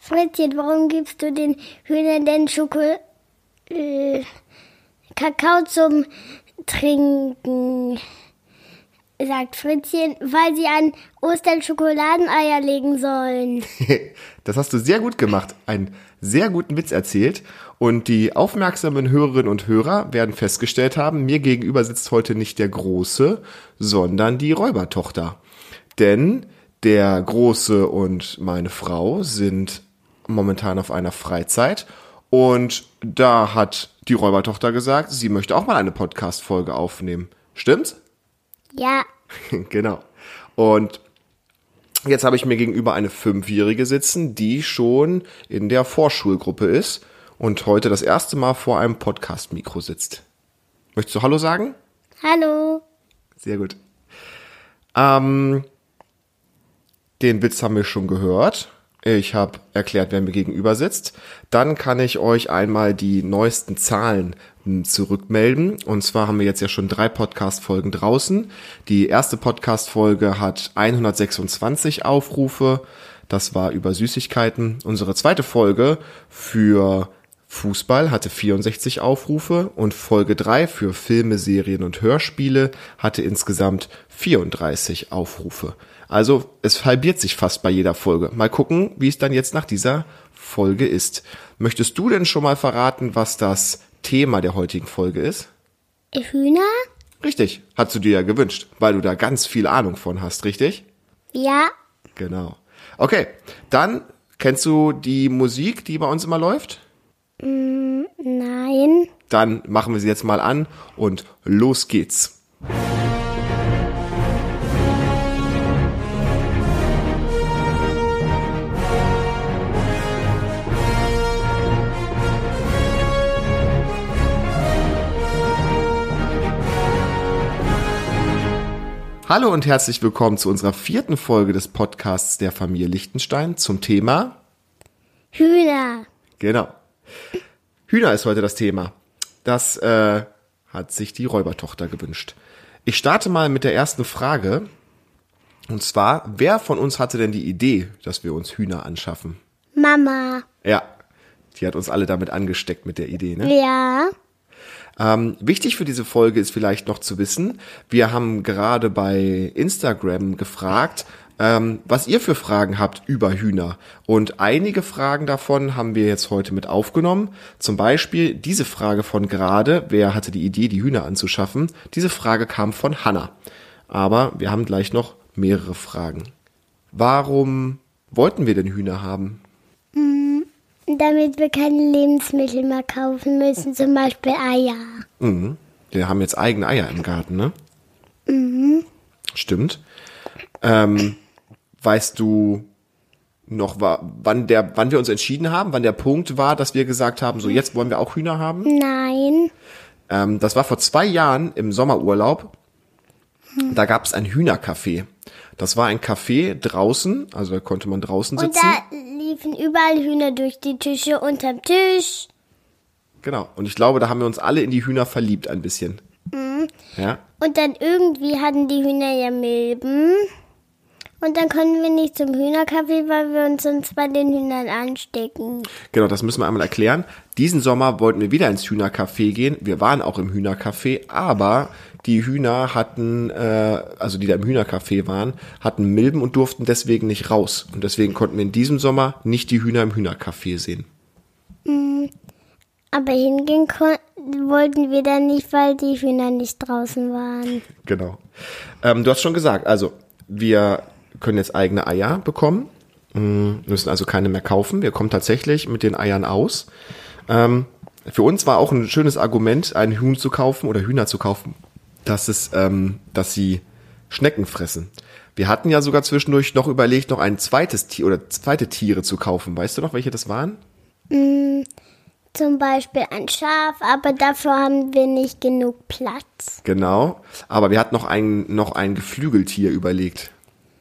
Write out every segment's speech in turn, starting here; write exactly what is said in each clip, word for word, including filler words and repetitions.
Fritzchen, warum gibst du den Hühnern denn Schoko- äh, Kakao zum Trinken? Sagt Fritzchen, weil sie an Ostern Schokoladeneier legen sollen. Das hast du sehr gut gemacht. Einen sehr guten Witz erzählt. Und die aufmerksamen Hörerinnen und Hörer werden festgestellt haben, mir gegenüber sitzt heute nicht der Große, sondern die Räubertochter. Denn der Große und meine Frau sind momentan auf einer Freizeit. Und da hat die Räubertochter gesagt, sie möchte auch mal eine Podcast-Folge aufnehmen. Stimmt's? Ja. Genau. Und jetzt habe ich mir gegenüber eine Fünfjährige sitzen, die schon in der Vorschulgruppe ist und heute das erste Mal vor einem Podcast-Mikro sitzt. Möchtest du Hallo sagen? Hallo. Sehr gut. Ähm, den Witz haben wir schon gehört. Ich habe erklärt, wer mir gegenüber sitzt. Dann kann ich euch einmal die neuesten Zahlen zurückmelden. Und zwar haben wir jetzt ja schon drei Podcast-Folgen draußen. Die erste Podcast-Folge hat hundertsechsundzwanzig Aufrufe. Das war über Süßigkeiten. Unsere zweite Folge für Fußball hatte vierundsechzig Aufrufe und Folge drei für Filme, Serien und Hörspiele hatte insgesamt vierunddreißig Aufrufe. Also es halbiert sich fast bei jeder Folge. Mal gucken, wie es dann jetzt nach dieser Folge ist. Möchtest du denn schon mal verraten, was das Thema der heutigen Folge ist? Hühner? Richtig, hast du dir ja gewünscht, weil du da ganz viel Ahnung von hast, richtig? Ja. Genau. Okay, dann kennst du die Musik, die bei uns immer läuft? Mm, nein. Dann machen wir sie jetzt mal an und los geht's. Hallo und herzlich willkommen zu unserer vierten Folge des Podcasts der Familie Lichtenstein zum Thema Hühner. Genau. Hühner ist heute das Thema. Das äh, hat sich die Räubertochter gewünscht. Ich starte mal mit der ersten Frage. Und zwar, wer von uns hatte denn die Idee, dass wir uns Hühner anschaffen? Mama. Ja, die hat uns alle damit angesteckt mit der Idee, ne? Ja. Ähm, wichtig für diese Folge ist vielleicht noch zu wissen, wir haben gerade bei Instagram gefragt, ähm, was ihr für Fragen habt über Hühner. Und einige Fragen davon haben wir jetzt heute mit aufgenommen. Zum Beispiel diese Frage von gerade, wer hatte die Idee, die Hühner anzuschaffen? Diese Frage kam von Hannah. Aber wir haben gleich noch mehrere Fragen. Warum wollten wir denn Hühner haben? Damit wir keine Lebensmittel mehr kaufen müssen, zum Beispiel Eier. Mhm. Wir haben jetzt eigene Eier im Garten, ne? Mhm. Stimmt. Ähm, weißt du noch, wann der, wann wir uns entschieden haben, wann der Punkt war, dass wir gesagt haben, so jetzt wollen wir auch Hühner haben? Nein. Ähm, das war vor zwei Jahren im Sommerurlaub. Hm. Da gab es ein Hühnercafé. Das war ein Café draußen, also da konnte man draußen sitzen. Und da liefen überall Hühner durch die Tische, unterm Tisch. Genau. Und ich glaube, da haben wir uns alle in die Hühner verliebt ein bisschen. Mhm. Ja. Und dann irgendwie hatten die Hühner ja Milben. Und dann konnten wir nicht zum Hühnercafé, weil wir uns sonst bei den Hühnern anstecken. Genau, das müssen wir einmal erklären. Diesen Sommer wollten wir wieder ins Hühnercafé gehen. Wir waren auch im Hühnercafé, aber die Hühner hatten, äh, also die da im Hühnercafé waren, hatten Milben und durften deswegen nicht raus. Und deswegen konnten wir in diesem Sommer nicht die Hühner im Hühnercafé sehen. Mhm. Aber hingehen konnten, wollten wir dann nicht, weil die Hühner nicht draußen waren. Genau. Ähm, du hast schon gesagt, also wir können jetzt eigene Eier bekommen, müssen also keine mehr kaufen. Wir kommen tatsächlich mit den Eiern aus. Ähm, für uns war auch ein schönes Argument, ein Huhn zu kaufen oder Hühner zu kaufen, dass es, ähm, dass sie Schnecken fressen. Wir hatten ja sogar zwischendurch noch überlegt, noch ein zweites Tier oder zweite Tiere zu kaufen. Weißt du noch, welche das waren? Mm, zum Beispiel ein Schaf, aber dafür haben wir nicht genug Platz. Genau, aber wir hatten noch ein, noch ein Geflügeltier überlegt.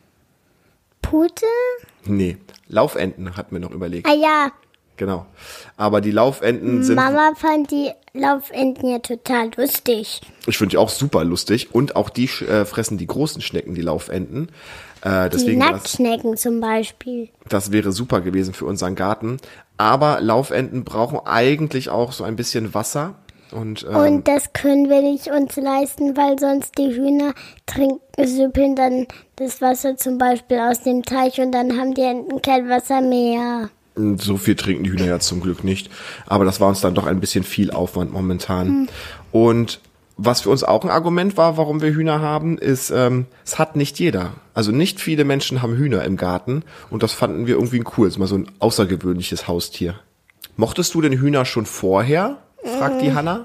Pute? Nee, Laufenten hatten wir noch überlegt. Ah ja. Genau. Aber die Laufenten sind... Mama fand die Laufenten ja total lustig. Ich finde die auch super lustig. Und auch die äh, fressen die großen Schnecken, die Laufenten. Äh, Die deswegen war das, Nacktschnecken zum Beispiel. das wäre super gewesen für unseren Garten. Aber Laufenten brauchen eigentlich auch so ein bisschen Wasser. Und, ähm, Und das können wir nicht uns leisten, weil sonst die Hühner trinken, süppeln dann das Wasser zum Beispiel aus dem Teich und dann haben die Enten kein Wasser mehr. so viel trinken die Hühner ja zum Glück nicht. Aber das war uns dann doch ein bisschen viel Aufwand momentan. Hm. Und was für uns auch ein Argument war, warum wir Hühner haben, ist, ähm, es hat nicht jeder. Also nicht viele Menschen haben Hühner im Garten. Und das fanden wir irgendwie cool. Das ist mal so ein außergewöhnliches Haustier. Mochtest du denn Hühner schon vorher? Fragt die Hanna.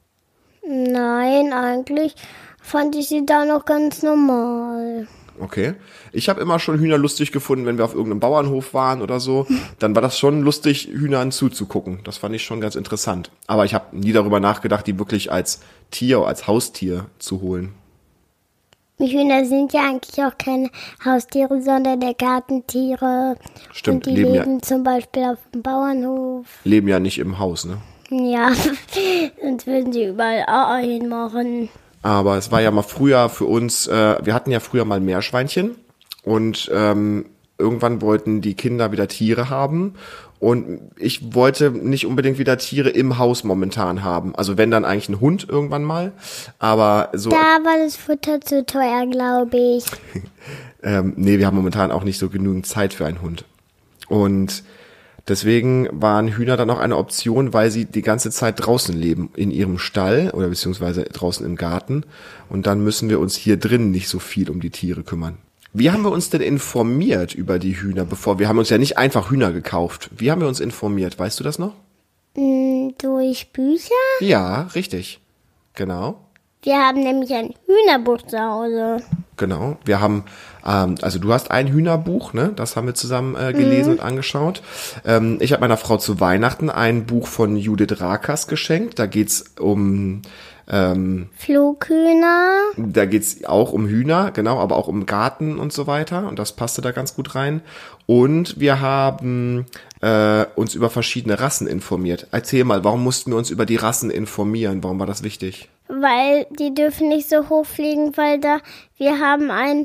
Nein, eigentlich fand ich sie da noch ganz normal. Okay. Ich habe immer schon Hühner lustig gefunden, wenn wir auf irgendeinem Bauernhof waren oder so. Dann war das schon lustig, Hühnern zuzugucken. Das fand ich schon ganz interessant. Aber ich habe nie darüber nachgedacht, die wirklich als Tier, als Haustier zu holen. Die Hühner sind ja eigentlich auch keine Haustiere, sondern der Gartentiere. Stimmt, Und die leben leben ja- zum Beispiel auf dem Bauernhof. Leben ja nicht im Haus, ne? Ja, sonst würden sie überall A A hinmachen. Aber es war ja mal früher für uns, äh, wir hatten ja früher mal Meerschweinchen und ähm, irgendwann wollten die Kinder wieder Tiere haben und ich wollte nicht unbedingt wieder Tiere im Haus momentan haben. Also wenn dann eigentlich ein Hund irgendwann mal, aber so, Da war das Futter zu teuer, glaube ich. ähm, nee, wir haben momentan auch nicht so genügend Zeit für einen Hund. Und deswegen waren Hühner dann auch eine Option, weil sie die ganze Zeit draußen leben, in ihrem Stall oder beziehungsweise draußen im Garten. Und dann müssen wir uns hier drin nicht so viel um die Tiere kümmern. Wie haben wir uns denn informiert über die Hühner, bevor wir haben uns ja nicht einfach Hühner gekauft. Wie haben wir uns informiert? Weißt du das noch? Hm, durch Bücher? Ja, richtig. Genau. Wir haben nämlich ein Hühnerbuch zu Hause. Genau. Wir haben, ähm, also du hast ein Hühnerbuch, ne? Das haben wir zusammen äh, gelesen und angeschaut. Ähm, ich habe meiner Frau zu Weihnachten ein Buch von Judith Rakers geschenkt. Da geht's um, ähm, Flughühner. da geht's auch um Hühner, genau, aber auch um Garten und so weiter. Und das passte da ganz gut rein. Und wir haben äh, uns über verschiedene Rassen informiert. Erzähl mal, warum mussten wir uns über die Rassen informieren? Warum war das wichtig? Weil die dürfen nicht so hoch fliegen, weil da wir haben einen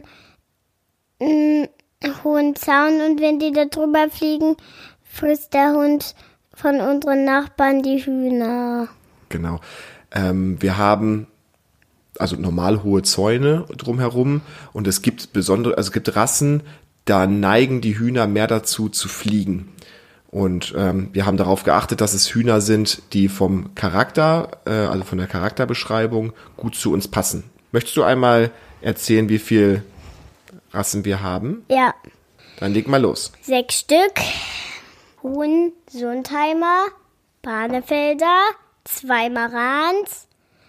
mm, hohen Zaun und wenn die da drüber fliegen, frisst der Hund von unseren Nachbarn die Hühner. Genau. Ähm, wir haben also normal hohe Zäune drumherum und es gibt besondere, also es gibt Rassen, da neigen die Hühner mehr dazu zu fliegen. Und ähm, wir haben darauf geachtet, dass es Hühner sind, die vom Charakter, äh, also von der Charakterbeschreibung, gut zu uns passen. Möchtest du einmal erzählen, wie viel Rassen wir haben? Ja, Dann leg mal los. sechs Stück. Huhn, Sundheimer, Barnefelder, zwei Marans,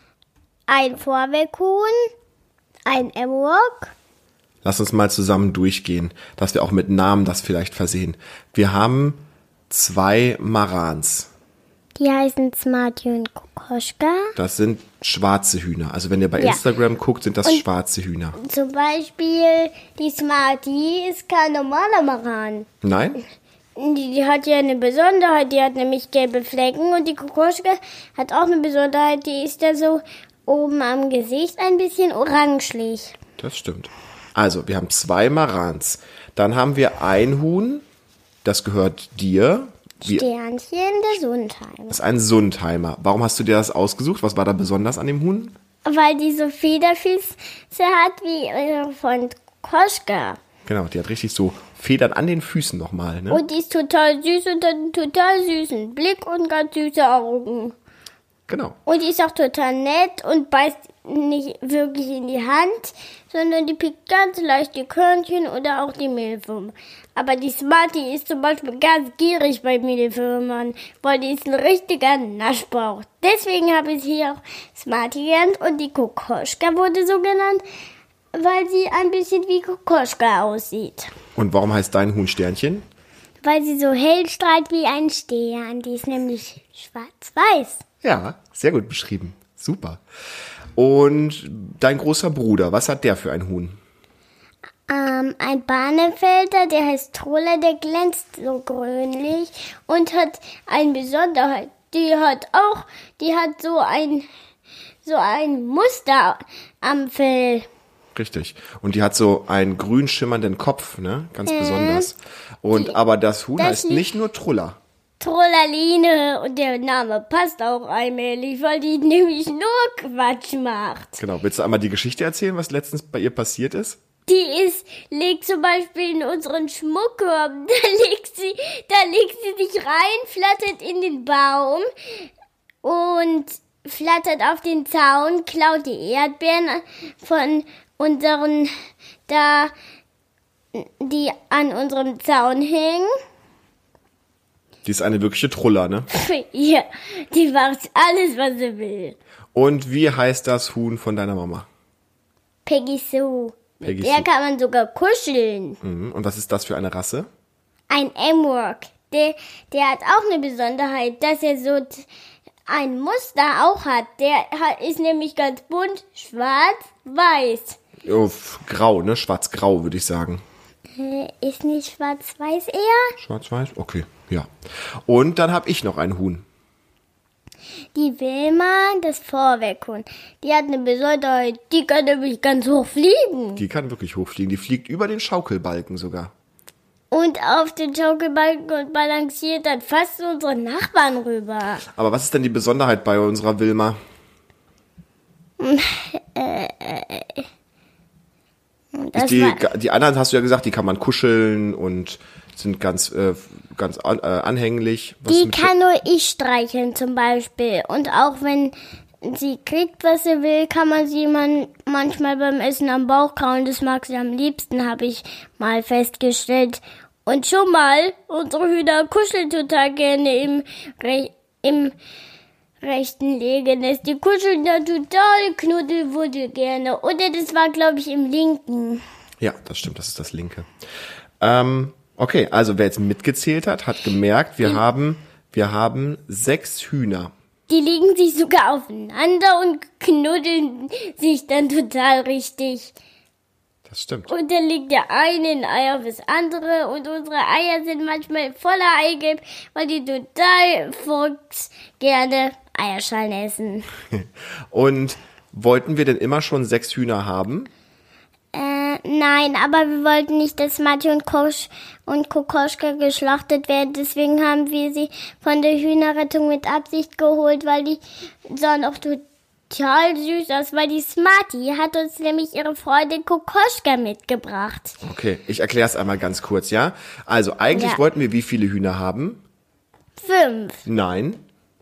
ein Vorweghuhn, ein Emmerich. Lass uns mal zusammen durchgehen, dass wir auch mit Namen das vielleicht versehen. Wir haben zwei Marans. Die heißen Smarty und Kokoschka. Das sind schwarze Hühner. Also wenn ihr bei Ja. Instagram guckt, sind das Und- schwarze Hühner. Zum Beispiel die Smarty ist kein normaler Maran. Nein? Die, die hat ja eine Besonderheit, die hat nämlich gelbe Flecken und die Kokoschka hat auch eine Besonderheit, die ist ja so oben am Gesicht ein bisschen orangelich. Das stimmt. Also, wir haben zwei Marans. Dann haben wir ein Huhn, das gehört dir. Wie, Sternchen der Sundheim. das ist ein Sundheimer. Warum hast du dir das ausgesucht? Was war da besonders an dem Huhn? Weil die so Federfüße hat wie ihre von Kokoschka. Genau, die hat richtig so Federn an den Füßen nochmal, ne? Und die ist total süß und hat einen total süßen Blick und ganz süße Augen. Genau. Und die ist auch total nett und beißt nicht wirklich in die Hand, sondern die pickt ganz leicht die Körnchen oder auch die Mehlwürmer. Aber die Smarty ist zum Beispiel ganz gierig bei Mehlwürmern, weil die ist ein richtiger Naschbauch. Deswegen habe ich sie auch Smarty genannt und die Kokoschka wurde so genannt, weil sie ein bisschen wie Kokoschka aussieht. Und warum heißt dein Huhn Sternchen? Weil sie so hell strahlt wie ein Stern. Die ist nämlich schwarz-weiß. Ja, sehr gut beschrieben. Super. Und dein großer Bruder, was hat der für ein Huhn? Ähm, ein Barnefelder, der heißt Troller, der glänzt so grünlich und hat eine Besonderheit. Die hat auch, die hat so ein, so ein Muster am Fell. Richtig. Und die hat so einen grün schimmernden Kopf, ne? Ganz Mhm. besonders. Und Die- aber das Huhn das heißt li- nicht nur Trulla. Trollerline und der Name passt auch allmählich, weil die nämlich nur Quatsch macht. Genau. Willst du einmal die Geschichte erzählen, was letztens bei ihr passiert ist? Die ist, legt zum Beispiel in unseren Schmuckkorb, da legt sie, da legt sie sich rein, flattert in den Baum und flattert auf den Zaun, klaut die Erdbeeren von unseren, da, die an unserem Zaun hängen. Die ist eine wirkliche Trulla, ne? Ja, die macht alles, was sie will. Und wie heißt das Huhn von deiner Mama? Peggy Sue. Peggy Mit der Sue. kann man sogar kuscheln. Mhm. Und was ist das für eine Rasse? Ein M-Work. Der, der hat auch eine Besonderheit, dass er so t- ein Muster auch hat. Der hat, ist nämlich ganz bunt, schwarz, weiß. Oh, f- grau, ne? Schwarz-grau, würde ich sagen. Äh, ist nicht schwarz-weiß eher? Schwarz-weiß? Okay, ja. Und dann habe ich noch ein Huhn. Die Wilma, das Vorwerkhuhn. Die hat eine Besonderheit. Die kann nämlich ganz hoch fliegen. Die kann wirklich hochfliegen. Die fliegt über den Schaukelbalken sogar. Und auf den Schaukelbalken und balanciert dann fast zu unseren Nachbarn rüber. Aber was ist denn die Besonderheit bei unserer Wilma? Das Ist die, war, die anderen, hast du ja gesagt, die kann man kuscheln und sind ganz, äh, ganz an, äh, anhänglich. Was die mit- kann nur ich streicheln zum Beispiel. Und auch wenn sie kriegt, was sie will, kann man sie man manchmal beim Essen am Bauch kauen. Das mag sie am liebsten, habe ich mal festgestellt. Und schon mal, unsere Hühner kuscheln total gerne im, Re im rechten Legenest. Die kuscheln da total knuddelwuddel gerne. Oder das war, glaube ich, im linken. Ja, das stimmt, das ist das linke. Ähm, okay, also wer jetzt mitgezählt hat, hat gemerkt, wir haben, wir haben sechs Hühner. Die liegen sich sogar aufeinander und knuddeln sich dann total richtig. Das stimmt. Und dann legt der eine ein Ei auf das andere und unsere Eier sind manchmal voller Eigelb, weil die total fuchs gerne Eierschalen essen. Und wollten wir denn immer schon sechs Hühner haben? Äh, nein, aber wir wollten nicht, dass Matti und Kosch und Kokoschka geschlachtet werden. Deswegen haben wir sie von der Hühnerrettung mit Absicht geholt, weil die sahen auch total süß aus. Weil die Smarty hat uns nämlich ihre Freundin Kokoschka mitgebracht. Okay, ich erkläre es einmal ganz kurz, ja? Also eigentlich Ja. wollten wir wie viele Hühner haben? Fünf. Nein.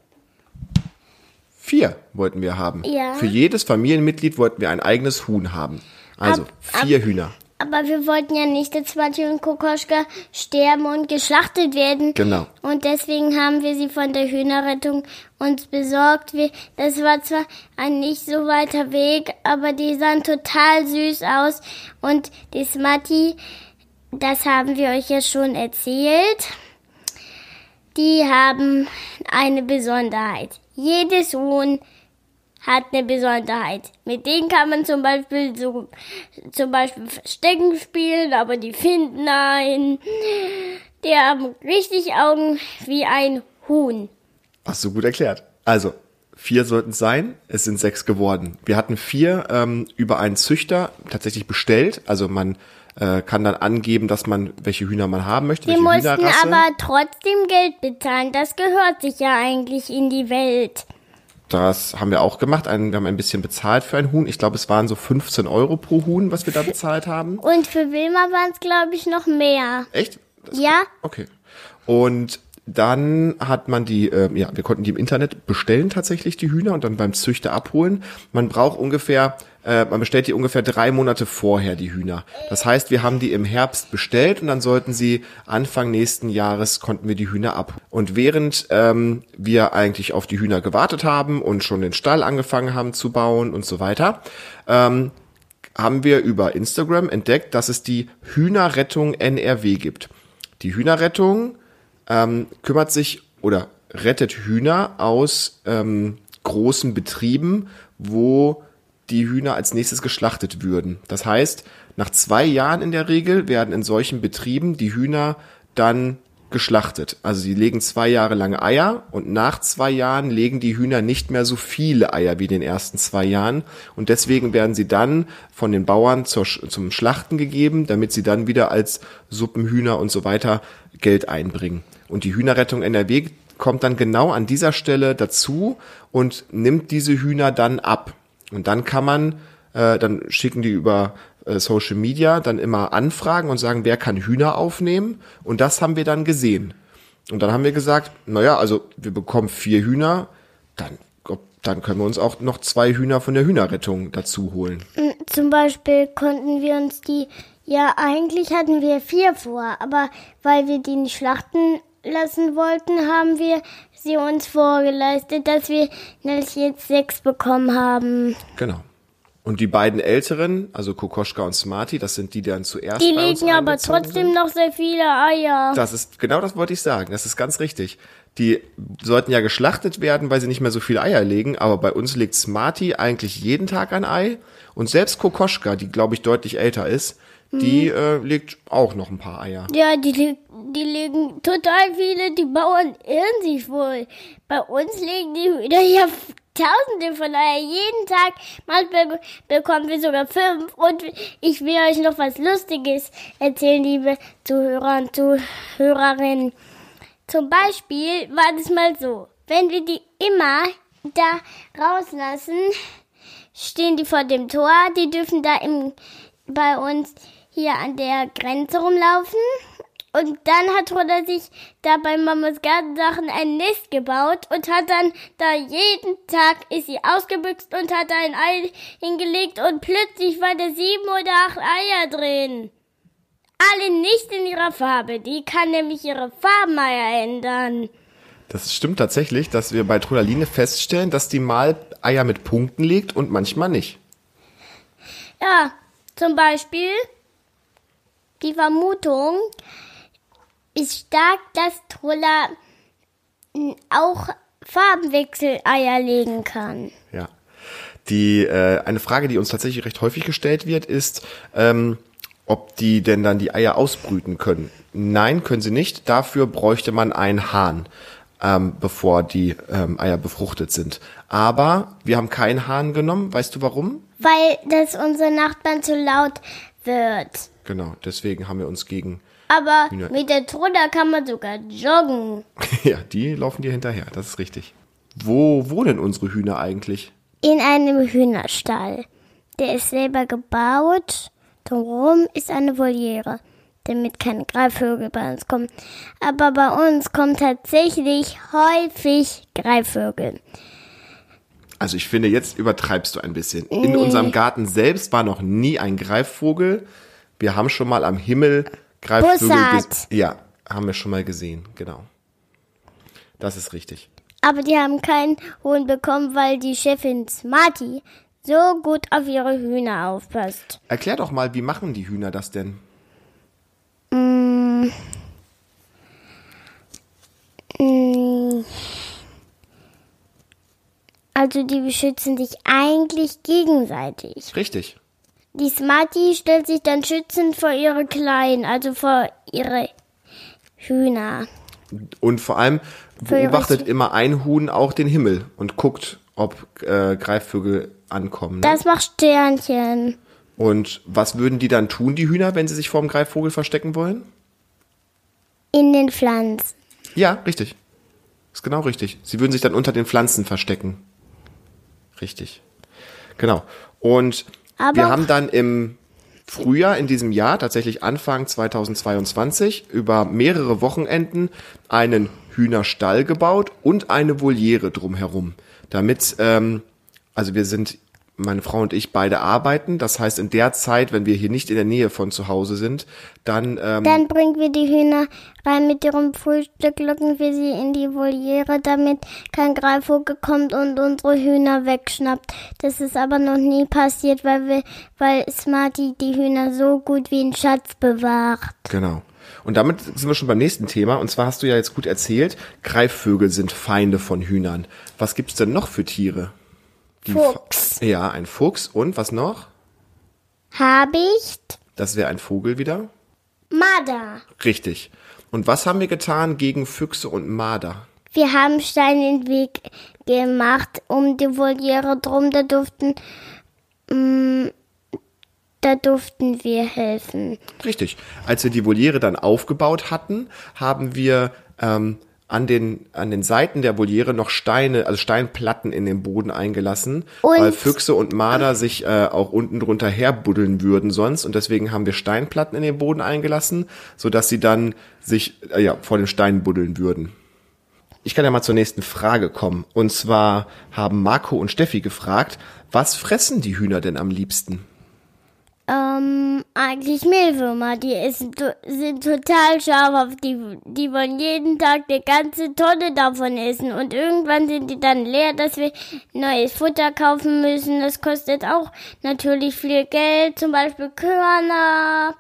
Vier wollten wir haben. Ja. Für jedes Familienmitglied wollten wir ein eigenes Huhn haben. Also Ab- vier Hühner. Aber wir wollten ja nicht, dass Matti und Kokoschka sterben und geschlachtet werden. Genau. Und deswegen haben wir sie von der Hühnerrettung uns besorgt. Wir, das war zwar ein nicht so weiter Weg, aber die sahen total süß aus. Und die Smatti, das haben wir euch ja schon erzählt, die haben eine Besonderheit. Jedes Huhn hat eine Besonderheit. Mit denen kann man zum Beispiel so, zum Beispiel Verstecken spielen, aber die finden einen. Die haben richtig Augen wie ein Huhn. Hast du gut erklärt. Also, vier sollten es sein, es sind sechs geworden. Wir hatten vier ähm, über einen Züchter tatsächlich bestellt. Also man äh, kann dann angeben, dass man, welche Hühner man haben möchte, Die welche mussten Hühnerrasse. aber trotzdem Geld bezahlen. Das gehört sich ja eigentlich in die Welt. Das haben wir auch gemacht. Ein, wir haben ein bisschen bezahlt für ein Huhn. Ich glaube, es waren so fünfzehn Euro pro Huhn, was wir da bezahlt haben. Und für Wilma waren es, glaube ich, noch mehr. Echt? Das Ja? Okay. Und dann hat man die, äh, ja, wir konnten die im Internet bestellen tatsächlich, die Hühner, und dann beim Züchter abholen. Man braucht ungefähr, äh, man bestellt die ungefähr drei Monate vorher, die Hühner. Das heißt, wir haben die im Herbst bestellt und dann sollten sie Anfang nächsten Jahres, konnten wir die Hühner ab. Und während ähm, wir eigentlich auf die Hühner gewartet haben und schon den Stall angefangen haben zu bauen und so weiter, ähm, haben wir über Instagram entdeckt, dass es die Hühnerrettung N R W gibt. Die Hühnerrettung ähm, kümmert sich oder rettet Hühner aus ähm, großen Betrieben, wo die Hühner als nächstes geschlachtet würden. Das heißt, nach zwei Jahren in der Regel werden in solchen Betrieben die Hühner dann geschlachtet. Also sie legen zwei Jahre lang Eier und nach zwei Jahren legen die Hühner nicht mehr so viele Eier wie in den ersten zwei Jahren und deswegen werden sie dann von den Bauern zur, zum Schlachten gegeben, damit sie dann wieder als Suppenhühner und so weiter Geld einbringen. Und die Hühnerrettung N R W kommt dann genau an dieser Stelle dazu und nimmt diese Hühner dann ab. Und dann kann man, äh, dann schicken die über Social Media dann immer anfragen und sagen, wer kann Hühner aufnehmen? Und das haben wir dann gesehen. Und dann haben wir gesagt, naja, also wir bekommen vier Hühner, dann, dann können wir uns auch noch zwei Hühner von der Hühnerrettung dazu holen. Zum Beispiel konnten wir uns die, ja eigentlich hatten wir vier vor, aber weil wir die nicht schlachten lassen wollten, haben wir sie uns vorgeleistet, dass wir jetzt sechs bekommen haben. Genau. Und die beiden Älteren, also Kokoschka und Smarty, das sind die, die dann zuerst Die bei uns legen aber trotzdem sind. noch sehr viele Eier. Das ist, genau das wollte ich sagen, das ist ganz richtig. Die sollten ja geschlachtet werden, weil sie nicht mehr so viele Eier legen, aber bei uns legt Smarty eigentlich jeden Tag ein Ei und selbst Kokoschka, die glaube ich deutlich älter ist, mhm. die äh, legt auch noch ein paar Eier. Ja, die, die legen total viele, die Bauern irren sich wohl. Bei uns legen die Hühner ja Tausende von Eiern jeden Tag. Manchmal bekommen wir sogar fünf. Und ich will euch noch was Lustiges erzählen, liebe Zuhörer und Zuhörerinnen. Zum Beispiel war das mal so, wenn wir die immer da rauslassen, stehen die vor dem Tor. Die dürfen da im, bei uns hier an der Grenze rumlaufen. Und dann hat Roda sich da bei Mamas Gartensachen ein Nest gebaut und hat dann da jeden Tag ist sie ausgebüxt und hat da ein Ei hingelegt und plötzlich war da sieben oder acht Eier drin. Alle nicht in ihrer Farbe. Die kann nämlich ihre Farbeneier ändern. Das stimmt tatsächlich, dass wir bei Trodaline feststellen, dass die mal Eier mit Punkten legt und manchmal nicht. Ja, zum Beispiel die Vermutung ist stark, dass Trolla auch Farbenwechsel-Eier legen kann. Ja. Die, äh, eine Frage, die uns tatsächlich recht häufig gestellt wird, ist, ähm, ob die denn dann die Eier ausbrüten können. Nein, können sie nicht. Dafür bräuchte man einen Hahn, ähm, bevor die ähm, Eier befruchtet sind. Aber wir haben keinen Hahn genommen. Weißt du warum? Weil das unsere Nachbarn zu laut wird. Genau, deswegen haben wir uns gegen Aber Hühner. Mit der Trolla kann man sogar joggen. Ja, die laufen dir hinterher, das ist richtig. Wo wohnen unsere Hühner eigentlich? In einem Hühnerstall. Der ist selber gebaut. Drumherum ist eine Voliere, damit keine Greifvögel bei uns kommen. Aber bei uns kommen tatsächlich häufig Greifvögel. Also ich finde, jetzt übertreibst du ein bisschen. In Nee. unserem Garten selbst war noch nie ein Greifvogel. Wir haben schon mal am Himmel Greifvögel Bussard. ges- Ja, haben wir schon mal gesehen, genau. Das ist richtig. Aber die haben keinen Huhn bekommen, weil die Chefin Smarty so gut auf ihre Hühner aufpasst. Erklär doch mal, wie machen die Hühner das denn? Mm. Mm. Also die beschützen sich eigentlich gegenseitig. Richtig. Die Smarty stellt sich dann schützend vor ihre Kleinen, also vor ihre Hühner. Und vor allem Für ihre beobachtet Sch- immer ein Huhn auch den Himmel und guckt, ob äh, Greifvögel ankommen. Ne? Das macht Sternchen. Und was würden die dann tun, die Hühner, wenn sie sich vor dem Greifvogel verstecken wollen? In den Pflanzen. Ja, richtig. Ist genau richtig. Sie würden sich dann unter den Pflanzen verstecken. Richtig. Genau. Und Aber wir haben dann im Frühjahr in diesem Jahr, tatsächlich Anfang zweitausendzweiundzwanzig, über mehrere Wochenenden einen Hühnerstall gebaut und eine Voliere drumherum. Damit, ähm, also wir sind, meine Frau und ich, beide arbeiten. Das heißt, in der Zeit, wenn wir hier nicht in der Nähe von zu Hause sind, dann, ähm, Dann bringen wir die Hühner rein mit ihrem Frühstück, locken wir sie in die Voliere, damit kein Greifvogel kommt und unsere Hühner wegschnappt. Das ist aber noch nie passiert, weil wir, weil Smarty die Hühner so gut wie einen Schatz bewahrt. Genau. Und damit sind wir schon beim nächsten Thema. Und zwar hast du ja jetzt gut erzählt, Greifvögel sind Feinde von Hühnern. Was gibt's denn noch für Tiere? Die Fuchs. Fa- Ja, ein Fuchs. Und was noch? Habicht, Das wäre ein Vogel wieder. Marder. Richtig. Und was haben wir getan gegen Füchse und Marder? Wir haben Stein in den Weg gemacht um die Voliere drum. Da durften, mh, da durften wir helfen. Richtig. Als wir die Voliere dann aufgebaut hatten, haben wir ähm, an den an den Seiten der Voliere noch Steine, also Steinplatten in den Boden eingelassen, Und weil Füchse und Marder sich äh, auch unten drunter herbuddeln würden sonst. Und deswegen haben wir Steinplatten in den Boden eingelassen, sodass sie dann sich äh, ja vor den Steinen buddeln würden. Ich kann ja mal zur nächsten Frage kommen. Und zwar haben Marco und Steffi gefragt, was fressen die Hühner denn am liebsten? Ähm, eigentlich Mehlwürmer, die essen, sind total scharf auf die, die wollen jeden Tag eine ganze Tonne davon essen und irgendwann sind die dann leer, dass wir neues Futter kaufen müssen. Das kostet auch natürlich viel Geld, zum Beispiel Körner,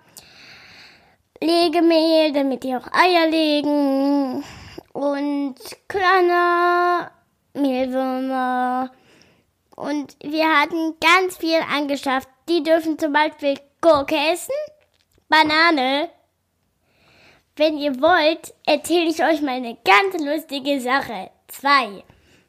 Legemehl, damit die auch Eier legen und Körner, Mehlwürmer. Und wir hatten ganz viel angeschafft. Die dürfen zum Beispiel Gurke essen, Banane. Wenn ihr wollt, erzähle ich euch mal eine ganz lustige Sache. Zwei.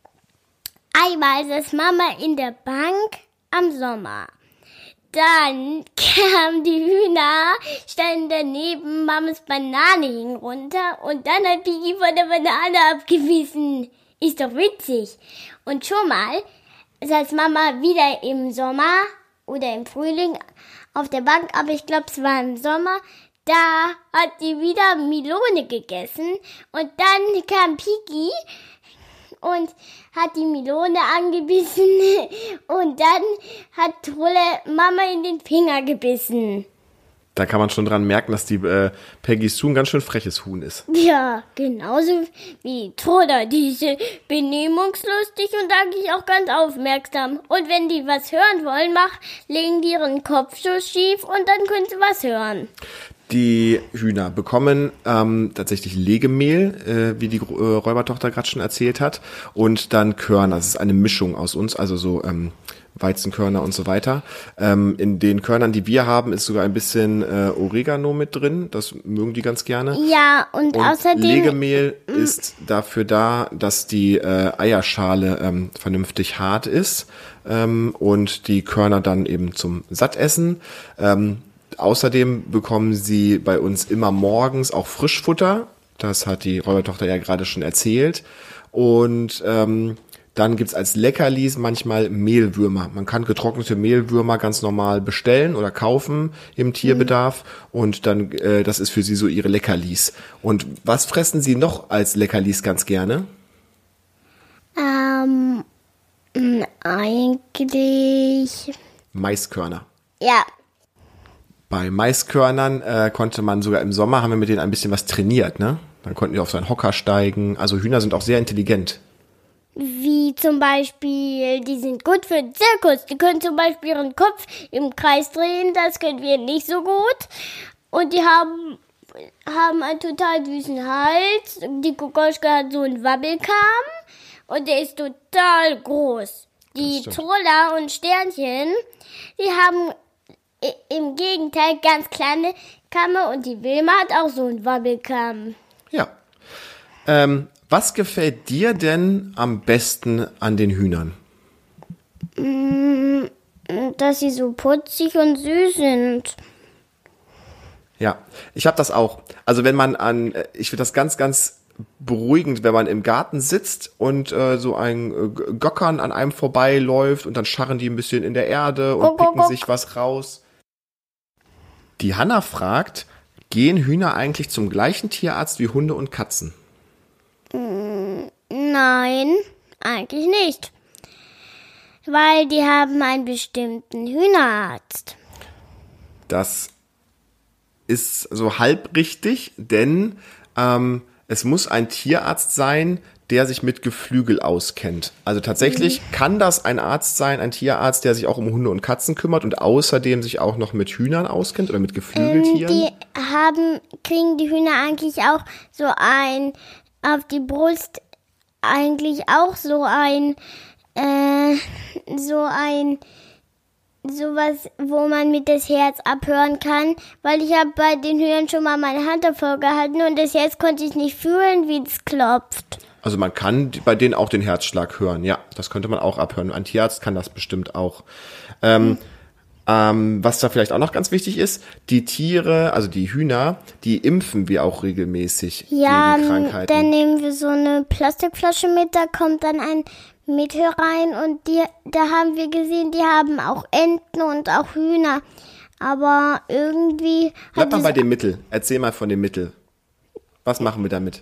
Einmal saß Mama in der Bank am Sommer. Dann kamen die Hühner, standen daneben, Mamas Banane hing runter und dann hat Piggy von der Banane abgebissen. Ist doch witzig. Und schon mal saß Mama wieder im Sommer oder im Frühling auf der Bank, aber ich glaube, es war im Sommer. Da hat sie wieder Melone gegessen und dann kam Piggy und hat die Melone angebissen und dann hat Trulle Mama in den Finger gebissen. Da kann man schon dran merken, dass die äh, Peggys Huhn ein ganz schön freches Huhn ist. Ja, genauso wie Trulla. Die ist benehmungslustig und eigentlich auch ganz aufmerksam. Und wenn die was hören wollen, mach, legen die ihren Kopf so schief und dann können sie was hören. Die Hühner bekommen ähm, tatsächlich Legemehl, äh, wie die äh, Räubertochter gerade schon erzählt hat, und dann Körner. Das ist eine Mischung aus uns, also so ähm, Weizenkörner und so weiter. Ähm, in den Körnern, die wir haben, ist sogar ein bisschen äh, Oregano mit drin. Das mögen die ganz gerne. Ja, und, und außerdem... Legemehl ist dafür da, dass die äh, Eierschale ähm, vernünftig hart ist ähm, und die Körner dann eben zum Sattessen. Ähm, Außerdem bekommen sie bei uns immer morgens auch Frischfutter. Das hat die Räubertochter ja gerade schon erzählt. Und ähm, dann gibt's als Leckerlis manchmal Mehlwürmer. Man kann getrocknete Mehlwürmer ganz normal bestellen oder kaufen im Tierbedarf. Mhm. Und dann, äh, das ist für sie so ihre Leckerlis. Und was fressen sie noch als Leckerlis ganz gerne? Ähm, eigentlich... Maiskörner. Ja. Bei Maiskörnern äh, konnte man sogar im Sommer, haben wir mit denen ein bisschen was trainiert, ne? Dann konnten die auf so einen Hocker steigen. Also Hühner sind auch sehr intelligent. Wie zum Beispiel, die sind gut für den Zirkus. Die können zum Beispiel ihren Kopf im Kreis drehen. Das können wir nicht so gut. Und die haben, haben einen total süßen Hals. Die Kokoschka hat so einen Wabbelkamm. Und der ist total groß. Die Troller und Sternchen, die haben... im Gegenteil, ganz kleine Kamme und die Wilma hat auch so einen Wabbelkamm. Ja. Ähm, was gefällt dir denn am besten an den Hühnern? Mm, dass sie so putzig und süß sind. Ja, ich habe das auch. Also wenn man an, ich finde das ganz, ganz beruhigend, wenn man im Garten sitzt und äh, so ein äh, Göckern an einem vorbeiläuft und dann scharren die ein bisschen in der Erde und guck, picken guck. sich was raus. Die Hanna fragt, gehen Hühner eigentlich zum gleichen Tierarzt wie Hunde und Katzen? Nein, eigentlich nicht. Weil die haben einen bestimmten Hühnerarzt. Das ist so halb richtig, denn ähm, es muss ein Tierarzt sein, der sich mit Geflügel auskennt. Also tatsächlich mhm. kann das ein Arzt sein, ein Tierarzt, der sich auch um Hunde und Katzen kümmert und außerdem sich auch noch mit Hühnern auskennt oder mit Geflügeltieren. Die haben, kriegen die Hühner eigentlich auch so ein, auf die Brust eigentlich auch so ein, äh, so ein sowas, wo man mit das Herz abhören kann, weil ich habe bei den Hühnern schon mal meine Hand davor gehalten und das Herz konnte ich nicht fühlen, wie es klopft. Also man kann bei denen auch den Herzschlag hören. Ja, das könnte man auch abhören. Ein Tierarzt kann das bestimmt auch. Ähm, mhm. ähm, was da vielleicht auch noch ganz wichtig ist, die Tiere, also die Hühner, die impfen wir auch regelmäßig ja, gegen Krankheiten. Dann nehmen wir so eine Plastikflasche mit, da kommt dann ein Mittel rein und die, da haben wir gesehen, die haben auch Enten und auch Hühner. Aber irgendwie... Bleib mal bei dem Mittel. Erzähl mal von dem Mittel. Was machen wir damit?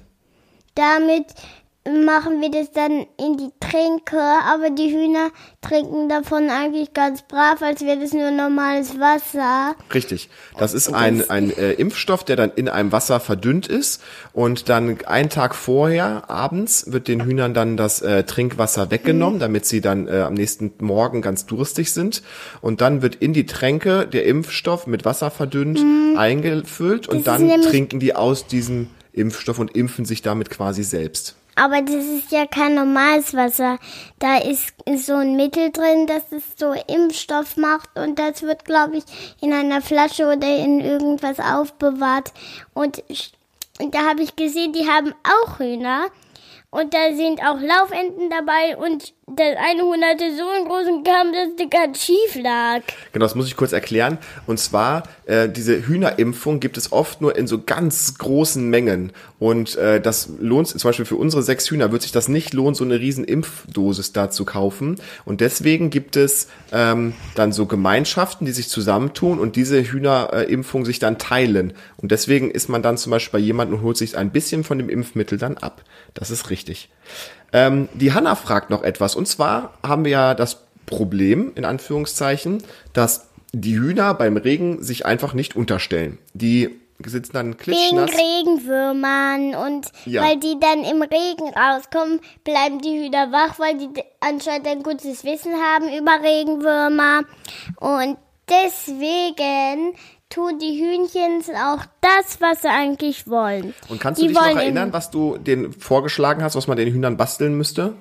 Damit machen wir das dann in die Tränke, aber die Hühner trinken davon eigentlich ganz brav, als wäre das nur normales Wasser. Richtig. Das ist ein, ein äh, Impfstoff, der dann in einem Wasser verdünnt ist und dann einen Tag vorher, abends, wird den Hühnern dann das äh, Trinkwasser weggenommen, mhm. damit sie dann äh, am nächsten Morgen ganz durstig sind. Und dann wird in die Tränke der Impfstoff mit Wasser verdünnt mhm. eingefüllt und das dann trinken die aus diesem Impfstoff und impfen sich damit quasi selbst. Aber das ist ja kein normales Wasser. Da ist so ein Mittel drin, das es so Impfstoff macht und das wird, glaube ich, in einer Flasche oder in irgendwas aufbewahrt. Und da habe ich gesehen, die haben auch Hühner und da sind auch Laufenten dabei und das eine Huhn hatte so einen großen Kamm, dass der ganz schief lag. Genau, das muss ich kurz erklären. Und zwar, äh, diese Hühnerimpfung gibt es oft nur in so ganz großen Mengen. Und äh, das lohnt, zum Beispiel für unsere sechs Hühner, wird sich das nicht lohnen, so eine riesen Impfdosis da zu kaufen. Und deswegen gibt es ähm, dann so Gemeinschaften, die sich zusammentun und diese Hühnerimpfung sich dann teilen. Und deswegen ist man dann zum Beispiel bei jemandem und holt sich ein bisschen von dem Impfmittel dann ab. Das ist richtig. Ähm, die Hanna fragt noch etwas. Und zwar haben wir ja das Problem, in Anführungszeichen, dass die Hühner beim Regen sich einfach nicht unterstellen. Die sitzen dann klitschnass. Wegen Regenwürmern und ja. Weil die dann im Regen rauskommen, bleiben die Hühner wach, weil die anscheinend ein gutes Wissen haben über Regenwürmer. Und deswegen tun die Hühnchen auch das, was sie eigentlich wollen. Und kannst du die dich noch erinnern, was du denen vorgeschlagen hast, was man den Hühnern basteln müsste?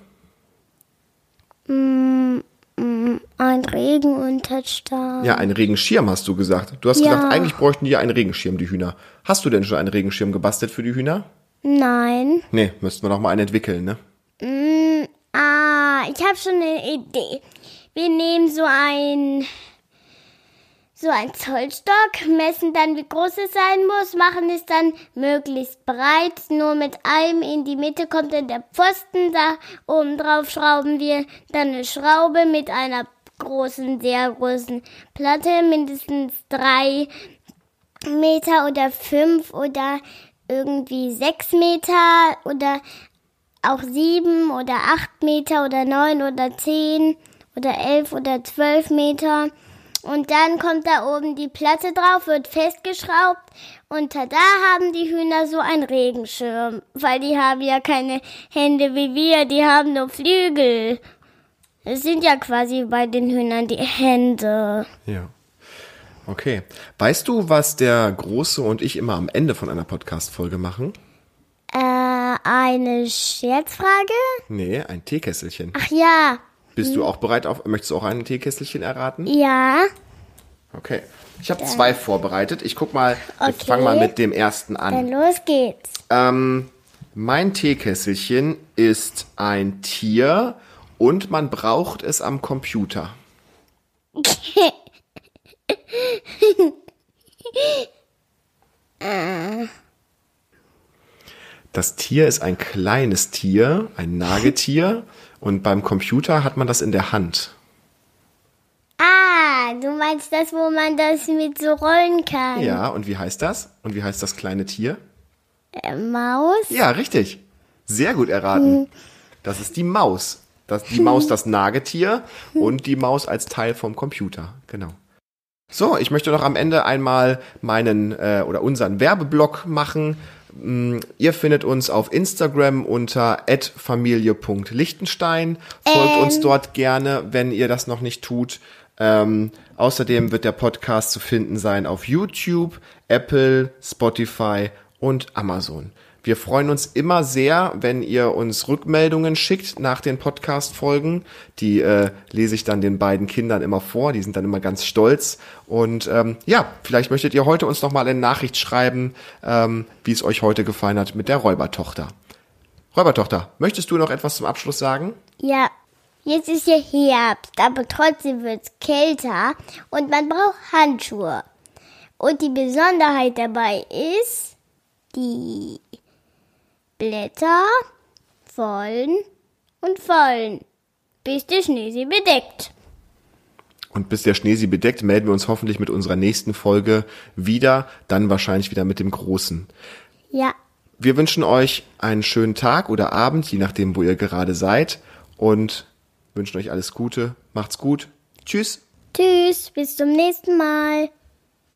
Mm, mm, ein Regenunterstab. Ja, ein Regenschirm hast du gesagt. Du hast ja. gesagt, eigentlich bräuchten die ja einen Regenschirm, die Hühner. Hast du denn schon einen Regenschirm gebastelt für die Hühner? Nein. Nee, müssten wir noch mal einen entwickeln, ne? Mm, ah, ich habe schon eine Idee. Wir nehmen so ein... so ein Zollstock, messen dann, wie groß es sein muss, machen es dann möglichst breit, nur mit einem in die Mitte kommt dann der Pfosten, da oben drauf schrauben wir dann eine Schraube mit einer großen, sehr großen Platte, mindestens drei Meter oder fünf oder irgendwie sechs Meter oder auch sieben oder acht Meter oder neun oder zehn oder elf oder zwölf Meter. Und dann kommt da oben die Platte drauf, wird festgeschraubt und tada haben die Hühner so einen Regenschirm, weil die haben ja keine Hände wie wir, die haben nur Flügel. Es sind ja quasi bei den Hühnern die Hände. Ja. Okay. Weißt du, was der Große und ich immer am Ende von einer Podcast-Folge machen? Äh, eine Scherzfrage? Nee, ein Teekesselchen. Ach ja. Bist du auch bereit auf, möchtest du auch ein Teekesselchen erraten? Ja. Okay. Ich habe zwei vorbereitet. Ich guck mal, okay. Ich fange mal mit dem ersten an. Dann los geht's. Ähm, mein Teekesselchen ist ein Tier und man braucht es am Computer. Das Tier ist ein kleines Tier, ein Nagetier. Und beim Computer hat man das in der Hand. Ah, du meinst das, wo man das mit so rollen kann? Ja, und wie heißt das? Und wie heißt das kleine Tier? Äh, Maus? Ja, richtig. Sehr gut erraten. Hm. Das ist die Maus. Das, die Maus, das Nagetier und die Maus als Teil vom Computer. Genau. So, ich möchte noch am Ende einmal meinen äh, oder unseren Werbeblock machen. Ihr findet uns auf Instagram unter at familie punkt lichtenstein. Folgt ähm. uns dort gerne, wenn ihr das noch nicht tut. Ähm, außerdem wird der Podcast zu finden sein auf YouTube, Apple, Spotify und Amazon. Wir freuen uns immer sehr, wenn ihr uns Rückmeldungen schickt nach den Podcast-Folgen. Die äh, lese ich dann den beiden Kindern immer vor. Die sind dann immer ganz stolz. Und ähm, ja, vielleicht möchtet ihr heute uns nochmal eine Nachricht schreiben, ähm, wie es euch heute gefallen hat mit der Räubertochter. Räubertochter, möchtest du noch etwas zum Abschluss sagen? Ja, jetzt ist ja Herbst, aber trotzdem wird es kälter und man braucht Handschuhe. Und die Besonderheit dabei ist, die Blätter fallen und fallen, bis der Schnee sie bedeckt. Und bis der Schnee sie bedeckt, melden wir uns hoffentlich mit unserer nächsten Folge wieder, dann wahrscheinlich wieder mit dem Großen. Ja. Wir wünschen euch einen schönen Tag oder Abend, je nachdem, wo ihr gerade seid, und wünschen euch alles Gute. Macht's gut. Tschüss. Tschüss, bis zum nächsten Mal.